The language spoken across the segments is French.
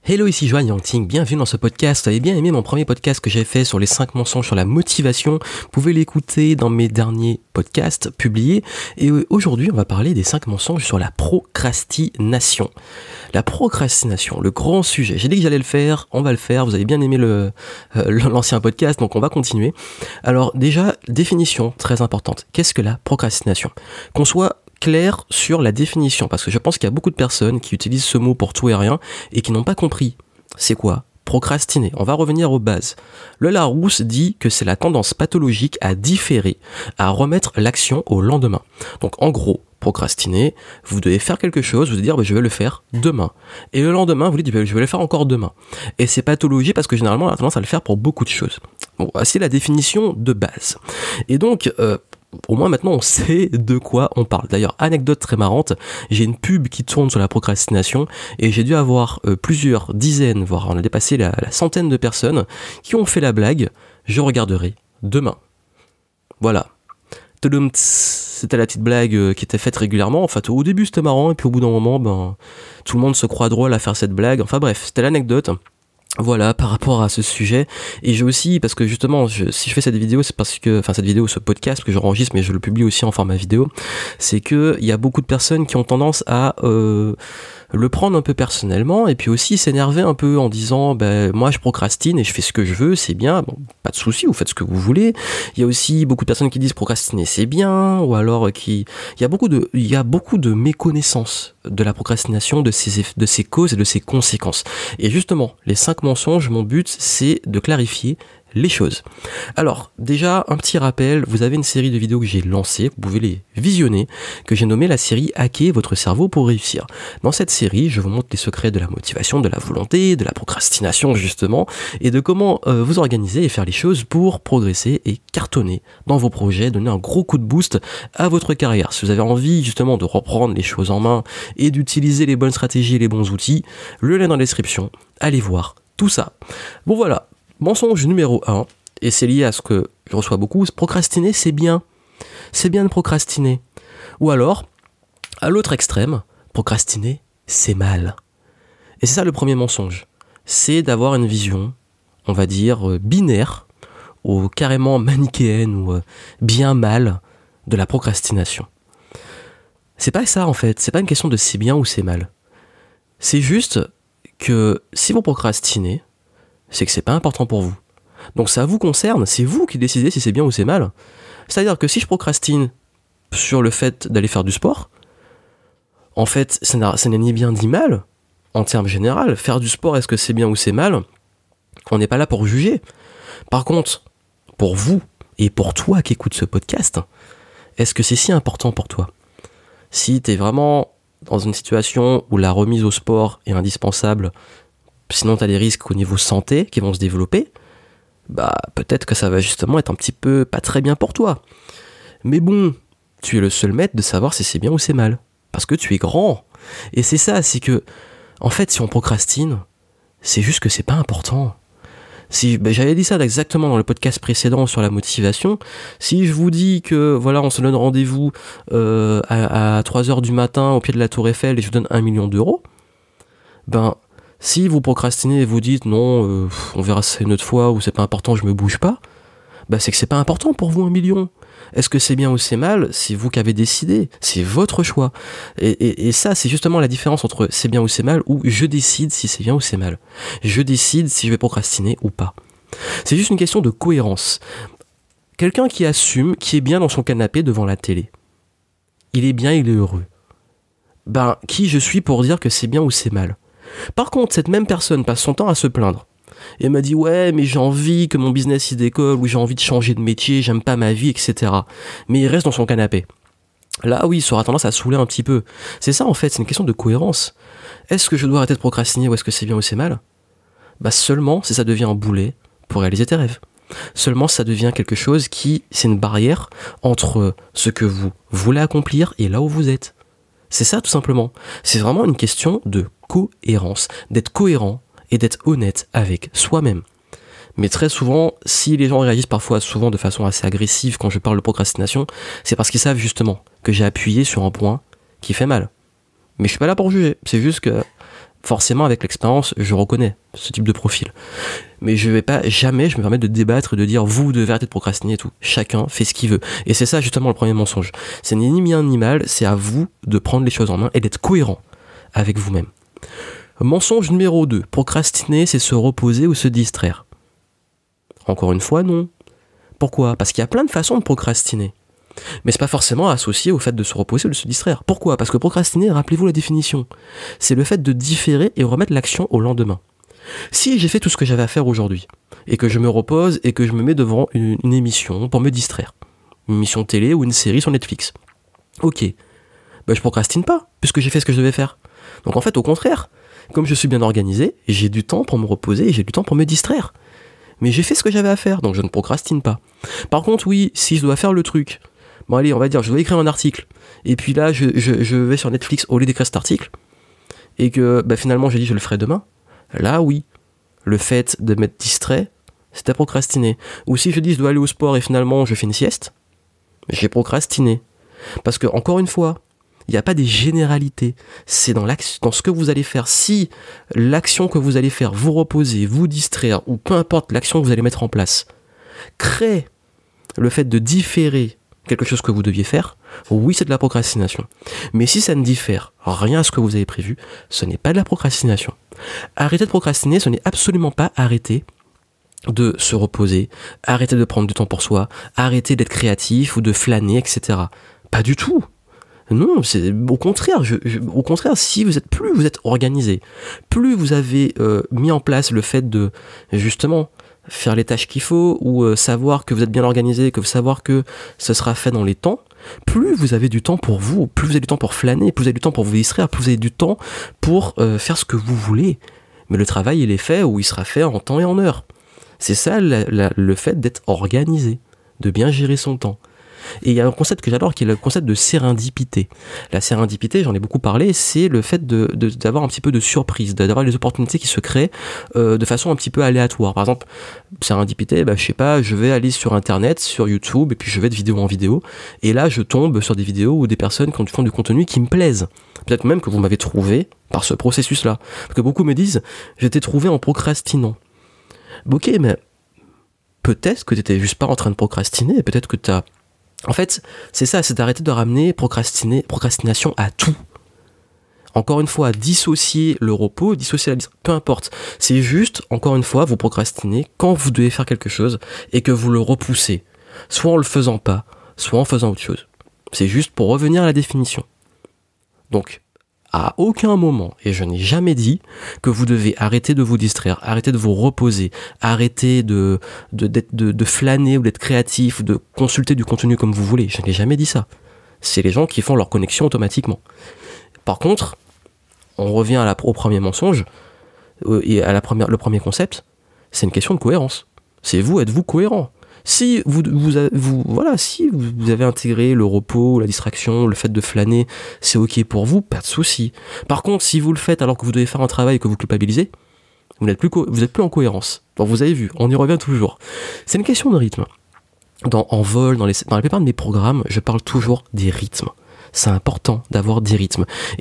Hello, ici Joanne Yangting, bienvenue dans ce podcast. Vous avez bien aimé mon premier podcast que j'ai fait sur les 5 mensonges sur la motivation. Vous pouvez l'écouter dans mes derniers podcasts publiés. Et aujourd'hui, on va parler des 5 mensonges sur la procrastination. La procrastination, le grand sujet. J'ai dit que j'allais le faire, on va le faire. Vous avez bien aimé l'ancien podcast, donc on va continuer. Alors déjà, définition très importante. Qu'est-ce que la procrastination ? Qu'on soit clair sur la définition, parce que je pense qu'il y a beaucoup de personnes qui utilisent ce mot pour tout et rien et qui n'ont pas compris c'est quoi procrastiner. On va revenir aux bases. Le Larousse dit que c'est la tendance pathologique à différer, à remettre l'action au lendemain. Donc en gros, procrastiner, vous devez faire quelque chose, vous devez dire je vais le faire demain. Et le lendemain, vous dites je vais le faire encore demain. Et c'est pathologique parce que généralement on a tendance à le faire pour beaucoup de choses. Bon, voici la définition de base. Et donc, au moins maintenant on sait de quoi on parle. D'ailleurs, anecdote très marrante, j'ai une pub qui tourne sur la procrastination et j'ai dû avoir plusieurs dizaines, voire on a dépassé la centaine de personnes qui ont fait la blague « je regarderai demain ». Voilà. C'était la petite blague qui était faite régulièrement. En fait, au début c'était marrant et puis au bout d'un moment, tout le monde se croit drôle à faire cette blague. Enfin bref, c'était l'anecdote. Voilà, par rapport à ce sujet. Et j'ai aussi, parce que justement, si je fais cette vidéo, c'est parce que, enfin cette vidéo, ce podcast que j'enregistre, mais je le publie aussi en format vidéo, c'est que il y a beaucoup de personnes qui ont tendance à le prendre un peu personnellement et puis aussi s'énerver un peu en disant moi je procrastine et je fais ce que je veux, c'est bien, bon, pas de souci, vous faites ce que vous voulez. Il y a aussi beaucoup de personnes qui disent procrastiner c'est bien, ou alors il y a beaucoup de méconnaissance de la procrastination, de ses causes et de ses conséquences. Et justement, les 5 mensonges, mon but c'est de clarifier les choses. Alors, déjà, un petit rappel, vous avez une série de vidéos que j'ai lancées, vous pouvez les visionner, que j'ai nommé la série « Hacker votre cerveau pour réussir ». Dans cette série, je vous montre les secrets de la motivation, de la volonté, de la procrastination justement, et de comment vous organiser et faire les choses pour progresser et cartonner dans vos projets, donner un gros coup de boost à votre carrière. Si vous avez envie justement de reprendre les choses en main et d'utiliser les bonnes stratégies et les bons outils, le lien dans la description, allez voir tout ça. Bon voilà. Mensonge numéro 1, et c'est lié à ce que je reçois beaucoup, procrastiner c'est bien. C'est bien de procrastiner. Ou alors, à l'autre extrême, procrastiner c'est mal. Et c'est ça le premier mensonge. C'est d'avoir une vision, on va dire, binaire, ou carrément manichéenne, ou bien mal, de la procrastination. C'est pas ça en fait, c'est pas une question de c'est bien ou c'est mal. C'est juste que si vous procrastinez, c'est que c'est pas important pour vous. Donc ça vous concerne, c'est vous qui décidez si c'est bien ou c'est mal. C'est-à-dire que si je procrastine sur le fait d'aller faire du sport, en fait, ça n'est ni bien ni mal, en termes généraux. Faire du sport, est-ce que c'est bien ou c'est mal ? On n'est pas là pour juger. Par contre, pour vous et pour toi qui écoutes ce podcast, est-ce que c'est si important pour toi ? Si t'es vraiment dans une situation où la remise au sport est indispensable, sinon t'as des risques au niveau santé qui vont se développer, peut-être que ça va justement être un petit peu pas très bien pour toi. Mais bon, tu es le seul maître de savoir si c'est bien ou c'est mal. Parce que tu es grand. Et c'est ça, c'est que, en fait, si on procrastine, c'est juste que c'est pas important. J'avais dit ça exactement dans le podcast précédent sur la motivation. Si je vous dis que, voilà, on se donne rendez-vous à 3h du matin au pied de la Tour Eiffel et je vous donne 1 million d'euros, si vous procrastinez et vous dites non, on verra ça une autre fois ou c'est pas important, je me bouge pas, c'est que c'est pas important pour vous 1 million. Est-ce que c'est bien ou c'est mal ? C'est vous qui avez décidé, c'est votre choix. Et ça, c'est justement la différence entre c'est bien ou c'est mal ou je décide si c'est bien ou c'est mal. Je décide si je vais procrastiner ou pas. C'est juste une question de cohérence. Quelqu'un qui assume, qui est bien dans son canapé devant la télé, il est bien, il est heureux. Qui je suis pour dire que c'est bien ou c'est mal ? Par contre, cette même personne passe son temps à se plaindre. Et m'a dit ouais, mais j'ai envie que mon business il décolle, ou j'ai envie de changer de métier, j'aime pas ma vie, etc. Mais il reste dans son canapé. Là, oui, ça aura tendance à saouler un petit peu. C'est ça en fait, c'est une question de cohérence. Est-ce que je dois arrêter de procrastiner ou est-ce que c'est bien ou c'est mal ? Seulement si ça devient un boulet pour réaliser tes rêves. Seulement si ça devient quelque chose c'est une barrière entre ce que vous voulez accomplir et là où vous êtes. C'est ça tout simplement. C'est vraiment une question de cohérence, d'être cohérent et d'être honnête avec soi-même. Mais très souvent, si les gens réagissent parfois souvent de façon assez agressive quand je parle de procrastination, c'est parce qu'ils savent justement que j'ai appuyé sur un point qui fait mal. Mais je suis pas là pour juger, c'est juste que Forcément, avec l'expérience, je reconnais ce type de profil. Mais je vais pas jamais je me permettre de débattre et de dire vous devez arrêter de procrastiner et tout. Chacun fait ce qu'il veut. Et c'est ça justement le premier mensonge. C'est ni bien ni mal, c'est à vous de prendre les choses en main et d'être cohérent avec vous-même. Mensonge numéro 2. Procrastiner, c'est se reposer ou se distraire. Encore une fois, non. Pourquoi ? Parce qu'il y a plein de façons de procrastiner. Mais c'est pas forcément associé au fait de se reposer ou de se distraire. Pourquoi ? Parce que procrastiner, rappelez-vous la définition, c'est le fait de différer et remettre l'action au lendemain. Si j'ai fait tout ce que j'avais à faire aujourd'hui, et que je me repose et que je me mets devant une émission pour me distraire, une émission télé ou une série sur Netflix, ok, je procrastine pas, puisque j'ai fait ce que je devais faire. Donc en fait, au contraire, comme je suis bien organisé, j'ai du temps pour me reposer et j'ai du temps pour me distraire. Mais j'ai fait ce que j'avais à faire, donc je ne procrastine pas. Par contre, oui, si je dois faire le truc, bon allez, on va dire, je dois écrire un article, et puis là, je vais sur Netflix au lieu d'écrire cet article, et que finalement j'ai dit je le ferai demain, là oui, le fait de m'être distrait, c'est à procrastiner. Ou si je dis je dois aller au sport et finalement je fais une sieste, j'ai procrastiné. Parce que, encore une fois, il n'y a pas des généralités, c'est dans ce que vous allez faire. Si l'action que vous allez faire, vous reposer, vous distraire, ou peu importe l'action que vous allez mettre en place, crée le fait de différer quelque chose que vous deviez faire, oui, c'est de la procrastination. Mais si ça ne diffère rien à ce que vous avez prévu, ce n'est pas de la procrastination. Arrêter de procrastiner, ce n'est absolument pas arrêter de se reposer, arrêter de prendre du temps pour soi, arrêter d'être créatif ou de flâner, etc. Pas du tout. Non, c'est au contraire. Au contraire, si plus vous êtes organisé, plus vous avez mis en place le fait de justement faire les tâches qu'il faut, ou savoir que vous êtes bien organisé, savoir que ce sera fait dans les temps, plus vous avez du temps pour vous, plus vous avez du temps pour flâner, plus vous avez du temps pour vous distraire, plus vous avez du temps pour faire ce que vous voulez. Mais le travail, il est fait, ou il sera fait en temps et en heure. C'est ça le fait d'être organisé, de bien gérer son temps. Et il y a un concept que j'adore qui est le concept de sérendipité. La sérendipité, j'en ai beaucoup parlé, c'est le fait d'avoir un petit peu de surprise, d'avoir des opportunités qui se créent de façon un petit peu aléatoire. Par exemple, sérendipité, je sais pas, je vais aller sur internet, sur YouTube, et puis je vais de vidéo en vidéo, et là je tombe sur des vidéos ou des personnes qui font du contenu qui me plaisent. Peut-être même que vous m'avez trouvé par ce processus-là. Parce que beaucoup me disent, je t'ai trouvé en procrastinant. Ok, mais peut-être que t'étais juste pas en train de procrastiner, peut-être que t'as... En fait, c'est ça, c'est d'arrêter de ramener procrastination à tout. Encore une fois, dissocier le repos, dissocier la distraction, peu importe. C'est juste, encore une fois, vous procrastinez quand vous devez faire quelque chose et que vous le repoussez. Soit en le faisant pas, soit en faisant autre chose. C'est juste pour revenir à la définition. Donc, à aucun moment, et je n'ai jamais dit que vous devez arrêter de vous distraire, arrêter de vous reposer, arrêter de flâner ou d'être créatif ou de consulter du contenu comme vous voulez. Je n'ai jamais dit ça. C'est les gens qui font leur connexion automatiquement. Par contre, on revient au premier mensonge et à le premier concept, c'est une question de cohérence. C'est vous, êtes-vous cohérent ? Si vous avez intégré le repos, la distraction, le fait de flâner, c'est ok pour vous, pas de souci. Par contre, si vous le faites alors que vous devez faire un travail et que vous culpabilisez, vous n'êtes plus en cohérence. Donc vous avez vu, on y revient toujours. C'est une question de rythme. En vol, dans la plupart de mes programmes, je parle toujours des rythmes. C'est important d'avoir des rythmes. Et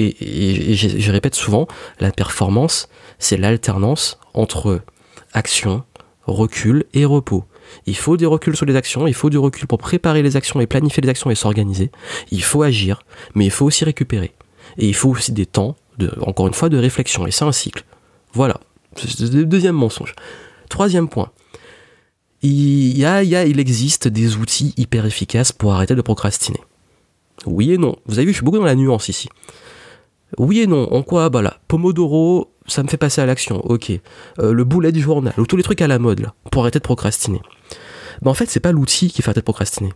je répète souvent, la performance, c'est l'alternance entre action, recul et repos. Il faut des reculs sur les actions, il faut du recul pour préparer les actions et planifier les actions et s'organiser. Il faut agir, mais il faut aussi récupérer. Et il faut aussi des temps, encore une fois, de réflexion. Et c'est un cycle. Voilà. C'est le deuxième mensonge. Troisième point. Il existe des outils hyper efficaces pour arrêter de procrastiner. Oui et non. Vous avez vu, je suis beaucoup dans la nuance ici. Oui et non. En quoi ? Là, Pomodoro, ça me fait passer à l'action. Ok. Le bullet journal, ou tous les trucs à la mode, là, pour arrêter de procrastiner. En fait, c'est pas l'outil qui fait arrêter de procrastiner.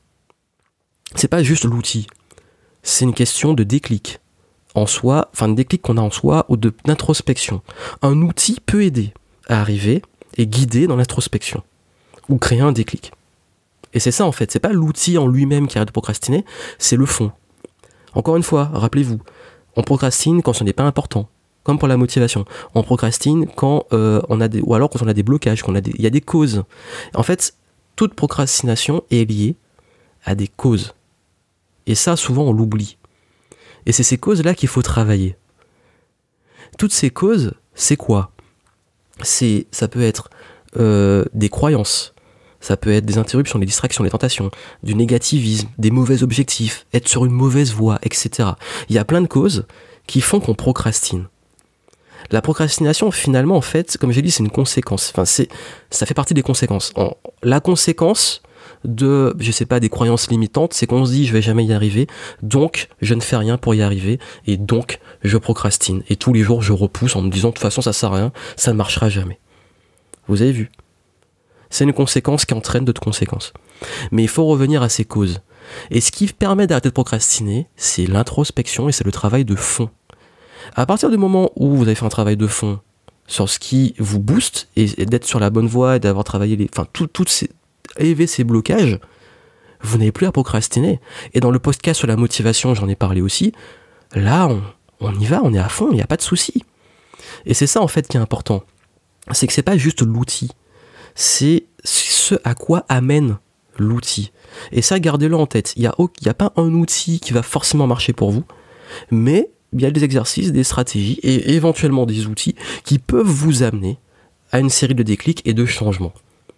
C'est pas juste l'outil. C'est une question de déclic en soi, de déclic qu'on a en soi ou d'introspection. Un outil peut aider à arriver et guider dans l'introspection ou créer un déclic. Et c'est ça en fait, c'est pas l'outil en lui-même qui arrête de procrastiner, c'est le fond. Encore une fois, rappelez-vous, on procrastine quand ce n'est pas important. Comme pour la motivation, on procrastine quand ou alors quand on a des blocages, il y a des causes. En fait, toute procrastination est liée à des causes. Et ça, souvent, on l'oublie. Et c'est ces causes-là qu'il faut travailler. Toutes ces causes, c'est quoi ? Ça peut être des croyances, ça peut être des interruptions, des distractions, des tentations, du négativisme, des mauvais objectifs, être sur une mauvaise voie, etc. Il y a plein de causes qui font qu'on procrastine. La procrastination, finalement, en fait, comme j'ai dit, c'est une conséquence. Enfin, ça fait partie des conséquences. La conséquence de, je sais pas, des croyances limitantes, c'est qu'on se dit, je vais jamais y arriver, donc je ne fais rien pour y arriver, et donc je procrastine. Et tous les jours, je repousse en me disant, de toute façon, ça sert à rien, ça ne marchera jamais. Vous avez vu ? C'est une conséquence qui entraîne d'autres conséquences. Mais il faut revenir à ces causes. Et ce qui permet d'arrêter de procrastiner, c'est l'introspection et c'est le travail de fond. À partir du moment où vous avez fait un travail de fond sur ce qui vous booste et d'être sur la bonne voie et d'avoir travaillé élever ces blocages, vous n'avez plus à procrastiner. Et dans le podcast sur la motivation, j'en ai parlé aussi, là, on y va, on est à fond, il n'y a pas de souci. Et c'est ça en fait qui est important. C'est que c'est pas juste l'outil, c'est ce à quoi amène l'outil. Et ça, gardez-le en tête. Il n'y a pas un outil qui va forcément marcher pour vous, mais il y a des exercices, des stratégies et éventuellement des outils qui peuvent vous amener à une série de déclics et de changements.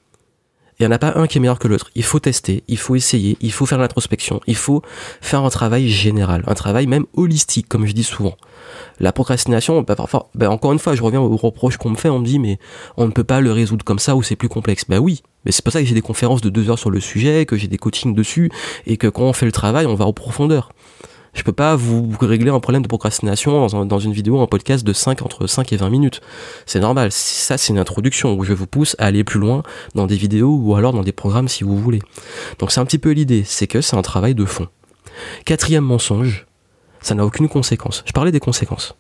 Il n'y en a pas un qui est meilleur que l'autre. Il faut tester, il faut essayer, il faut faire l'introspection, il faut faire un travail général, un travail même holistique, comme je dis souvent. La procrastination, parfois, encore une fois, je reviens aux reproches qu'on me fait, on me dit mais on ne peut pas le résoudre comme ça ou c'est plus complexe. Oui, mais c'est pour ça que j'ai des conférences de 2 heures sur le sujet, que j'ai des coachings dessus et que quand on fait le travail, on va en profondeur. Je peux pas vous régler un problème de procrastination dans une vidéo, un podcast de entre 5 et 20 minutes. C'est normal. Ça, c'est une introduction où je vous pousse à aller plus loin dans des vidéos ou alors dans des programmes si vous voulez. Donc c'est un petit peu l'idée, c'est que c'est un travail de fond. 4e mensonge, ça n'a aucune conséquence. Je parlais des conséquences.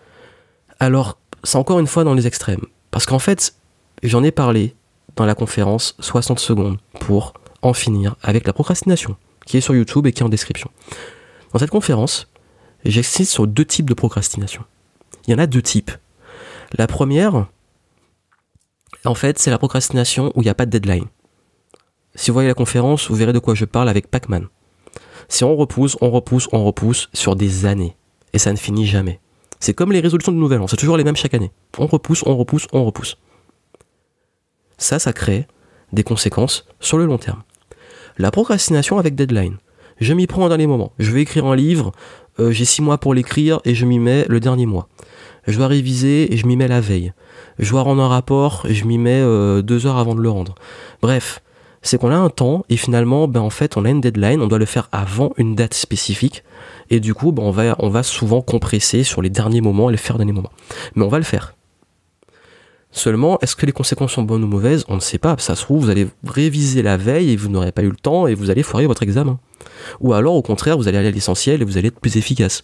Alors, c'est encore une fois dans les extrêmes. Parce qu'en fait, j'en ai parlé dans la conférence 60 secondes pour en finir avec la procrastination, qui est sur YouTube et qui est en description. Dans cette conférence, j'excite sur 2 types de procrastination. Il y en a 2 types. La première, en fait, c'est la procrastination où il n'y a pas de deadline. Si vous voyez la conférence, vous verrez de quoi je parle avec Pac-Man. Si on repousse sur des années. Et ça ne finit jamais. C'est comme les résolutions de Nouvel An, c'est toujours les mêmes chaque année. On repousse. Ça crée des conséquences sur le long terme. La procrastination avec deadline. Je m'y prends dans les moments. Je vais écrire un livre, j'ai 6 mois pour l'écrire et je m'y mets le dernier mois. Je dois réviser et je m'y mets la veille. Je dois rendre un rapport et je m'y mets 2 heures avant de le rendre. Bref, c'est qu'on a un temps et finalement, en fait, on a une deadline, on doit le faire avant une date spécifique et du coup, on va souvent compresser sur les derniers moments et le faire au dernier moment. Mais on va le faire. Seulement, est-ce que les conséquences sont bonnes ou mauvaises ? On ne sait pas. Ça se trouve, vous allez réviser la veille et vous n'aurez pas eu le temps et vous allez foirer votre examen. Ou alors, au contraire, vous allez aller à l'essentiel et vous allez être plus efficace.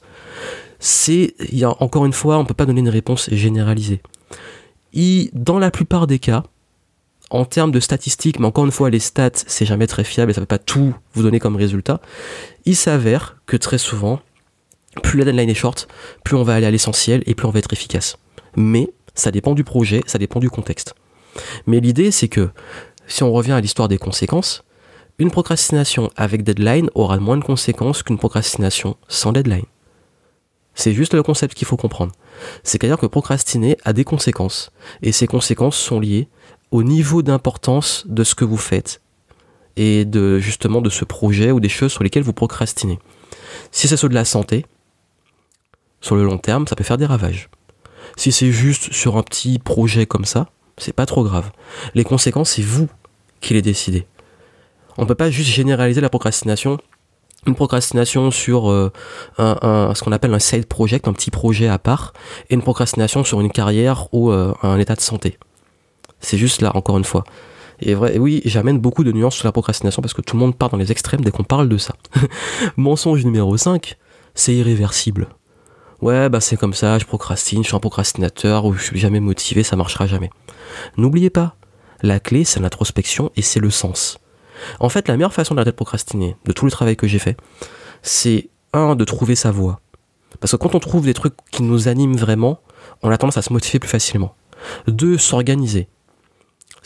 Encore une fois, on ne peut pas donner une réponse généralisée. Dans la plupart des cas, en termes de statistiques, mais encore une fois, les stats, c'est jamais très fiable et ça ne peut pas tout vous donner comme résultat, il s'avère que très souvent, plus la deadline est short, plus on va aller à l'essentiel et plus on va être efficace. Mais ça dépend du projet, ça dépend du contexte. Mais l'idée, c'est que, si on revient à l'histoire des conséquences, une procrastination avec deadline aura moins de conséquences qu'une procrastination sans deadline. C'est juste le concept qu'il faut comprendre. C'est-à-dire que procrastiner a des conséquences. Et ces conséquences sont liées au niveau d'importance de ce que vous faites. Et justement de ce projet ou des choses sur lesquelles vous procrastinez. Si c'est sur de la santé, sur le long terme, ça peut faire des ravages. Si c'est juste sur un petit projet comme ça, c'est pas trop grave. Les conséquences, c'est vous qui les décidez. On ne peut pas juste généraliser la procrastination. Une procrastination sur ce qu'on appelle un side project, un petit projet à part, et une procrastination sur une carrière ou un état de santé. C'est juste là, encore une fois. Et oui, j'amène beaucoup de nuances sur la procrastination parce que tout le monde part dans les extrêmes dès qu'on parle de ça. Mensonge numéro 5, c'est irréversible. Ouais, c'est comme ça, je procrastine, je suis un procrastinateur, ou je suis jamais motivé, ça marchera jamais. N'oubliez pas, la clé, c'est l'introspection et c'est le sens. En fait, la meilleure façon d'arrêter de procrastiner, de tout le travail que j'ai fait, c'est de trouver sa voie. Parce que quand on trouve des trucs qui nous animent vraiment, on a tendance à se motiver plus facilement. 2, s'organiser.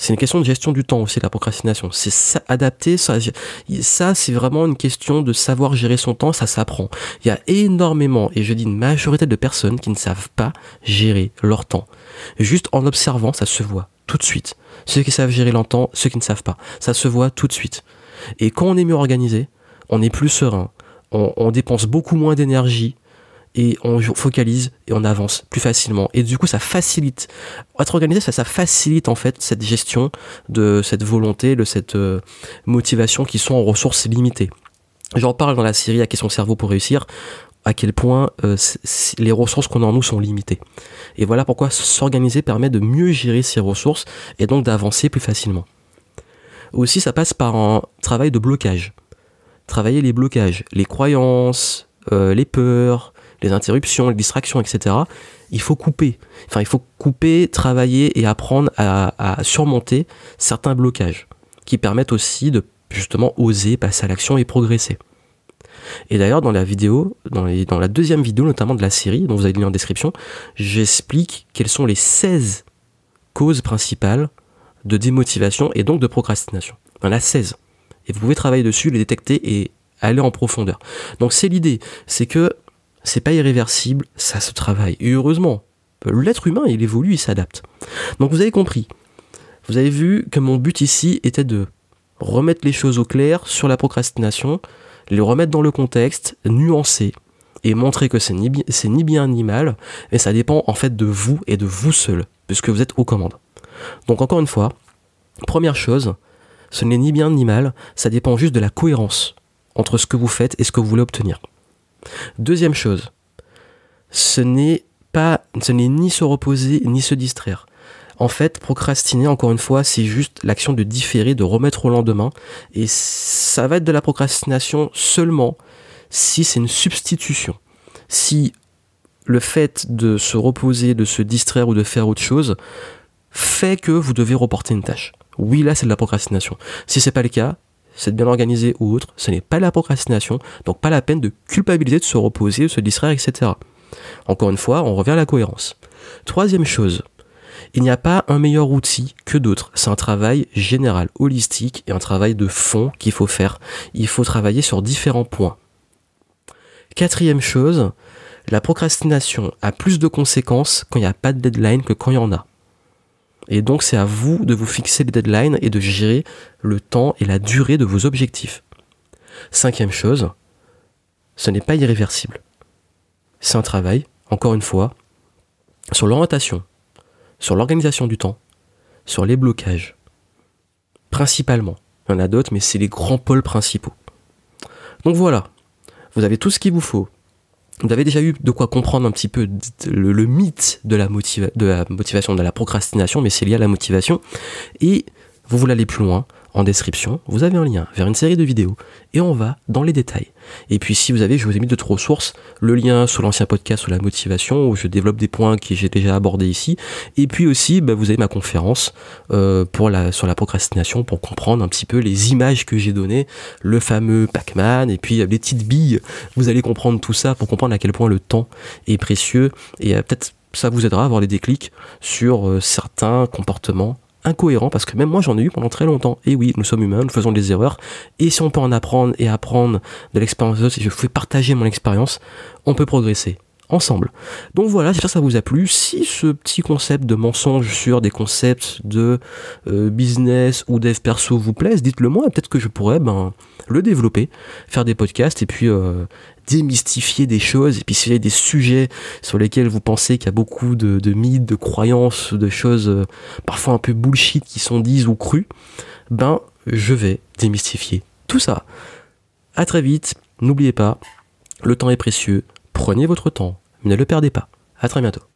C'est une question de gestion du temps aussi, la procrastination. C'est ça, adapter, ça c'est vraiment une question de savoir gérer son temps, ça s'apprend. Il y a énormément, et je dis une majorité de personnes qui ne savent pas gérer leur temps. Juste en observant, ça se voit tout de suite. Ceux qui savent gérer leur temps, ceux qui ne savent pas, ça se voit tout de suite. Et quand on est mieux organisé, on est plus serein, on dépense beaucoup moins d'énergie, et on focalise et on avance plus facilement. Et du coup, ça facilite. Être organisé, ça facilite en fait cette gestion de cette volonté, de cette motivation qui sont en ressources limitées. J'en parle dans la série « Hacker son cerveau pour réussir », à quel point les ressources qu'on a en nous sont limitées. Et voilà pourquoi s'organiser permet de mieux gérer ces ressources et donc d'avancer plus facilement. Aussi, ça passe par un travail de blocage. Travailler les blocages, les croyances, les peurs, les interruptions, les distractions, etc. Il faut couper. Il faut couper, travailler et apprendre à surmonter certains blocages qui permettent aussi de justement oser passer à l'action et progresser. Et d'ailleurs, dans la vidéo, dans la deuxième vidéo notamment de la série, dont vous avez le lien en description, j'explique quelles sont les 16 causes principales de démotivation et donc de procrastination. Il y en a 16. Et vous pouvez travailler dessus, les détecter et aller en profondeur. Donc c'est l'idée, c'est que c'est pas irréversible, ça se travaille. Et heureusement, l'être humain, il évolue, il s'adapte. Donc vous avez compris. Vous avez vu que mon but ici était de remettre les choses au clair sur la procrastination, les remettre dans le contexte, nuancer, et montrer que c'est ni bien ni mal, et ça dépend en fait de vous et de vous seul, puisque vous êtes aux commandes. Donc encore une fois, première chose, ce n'est ni bien ni mal, ça dépend juste de la cohérence entre ce que vous faites et ce que vous voulez obtenir. Deuxième chose, ce n'est ni se reposer ni se distraire. En fait, procrastiner, encore une fois, c'est juste l'action de différer, de remettre au lendemain. Et ça va être de la procrastination seulement si c'est une substitution. Si le fait de se reposer, de se distraire ou de faire autre chose fait que vous devez reporter une tâche. Oui, là, c'est de la procrastination. Si c'est pas le cas, c'est bien organisé ou autre, ce n'est pas la procrastination, donc pas la peine de culpabiliser, de se reposer, de se distraire, etc. Encore une fois, on revient à la cohérence. Troisième chose, il n'y a pas un meilleur outil que d'autres. C'est un travail général, holistique et un travail de fond qu'il faut faire. Il faut travailler sur différents points. Quatrième chose, la procrastination a plus de conséquences quand il n'y a pas de deadline que quand il y en a. Et donc c'est à vous de vous fixer les deadlines et de gérer le temps et la durée de vos objectifs. Cinquième chose, ce n'est pas irréversible. C'est un travail, encore une fois, sur l'orientation, sur l'organisation du temps, sur les blocages. Principalement. Il y en a d'autres, mais c'est les grands pôles principaux. Donc voilà, vous avez tout ce qu'il vous faut. Vous avez déjà eu de quoi comprendre un petit peu le mythe de la motivation, de la procrastination, mais c'est lié à la motivation. Et vous voulez aller plus loin, en description, vous avez un lien vers une série de vidéos et on va dans les détails. Et puis si vous avez, je vous ai mis d'autres ressources, le lien sur l'ancien podcast sur la motivation où je développe des points que j'ai déjà abordés ici. Et puis aussi, vous avez ma conférence sur la procrastination pour comprendre un petit peu les images que j'ai données, le fameux Pac-Man et puis les petites billes. Vous allez comprendre tout ça pour comprendre à quel point le temps est précieux et peut-être ça vous aidera à avoir des déclics sur certains comportements incohérent, parce que même moi j'en ai eu pendant très longtemps. Et oui, nous sommes humains, nous faisons des erreurs, et si on peut en apprendre et apprendre de l'expérience des autres, si je fais partager mon expérience, on peut progresser ensemble. Donc voilà, j'espère que ça vous a plu. Si ce petit concept de mensonge sur des concepts de business ou dev perso vous plaise, dites-le moi, peut-être que je pourrais le développer, faire des podcasts et puis démystifier des choses. Et puis s'il y a des sujets sur lesquels vous pensez qu'il y a beaucoup de mythes, de croyances, de choses parfois un peu bullshit qui sont dites ou crues, je vais démystifier tout ça. À très vite, n'oubliez pas, le temps est précieux, prenez votre temps, ne le perdez pas. À très bientôt.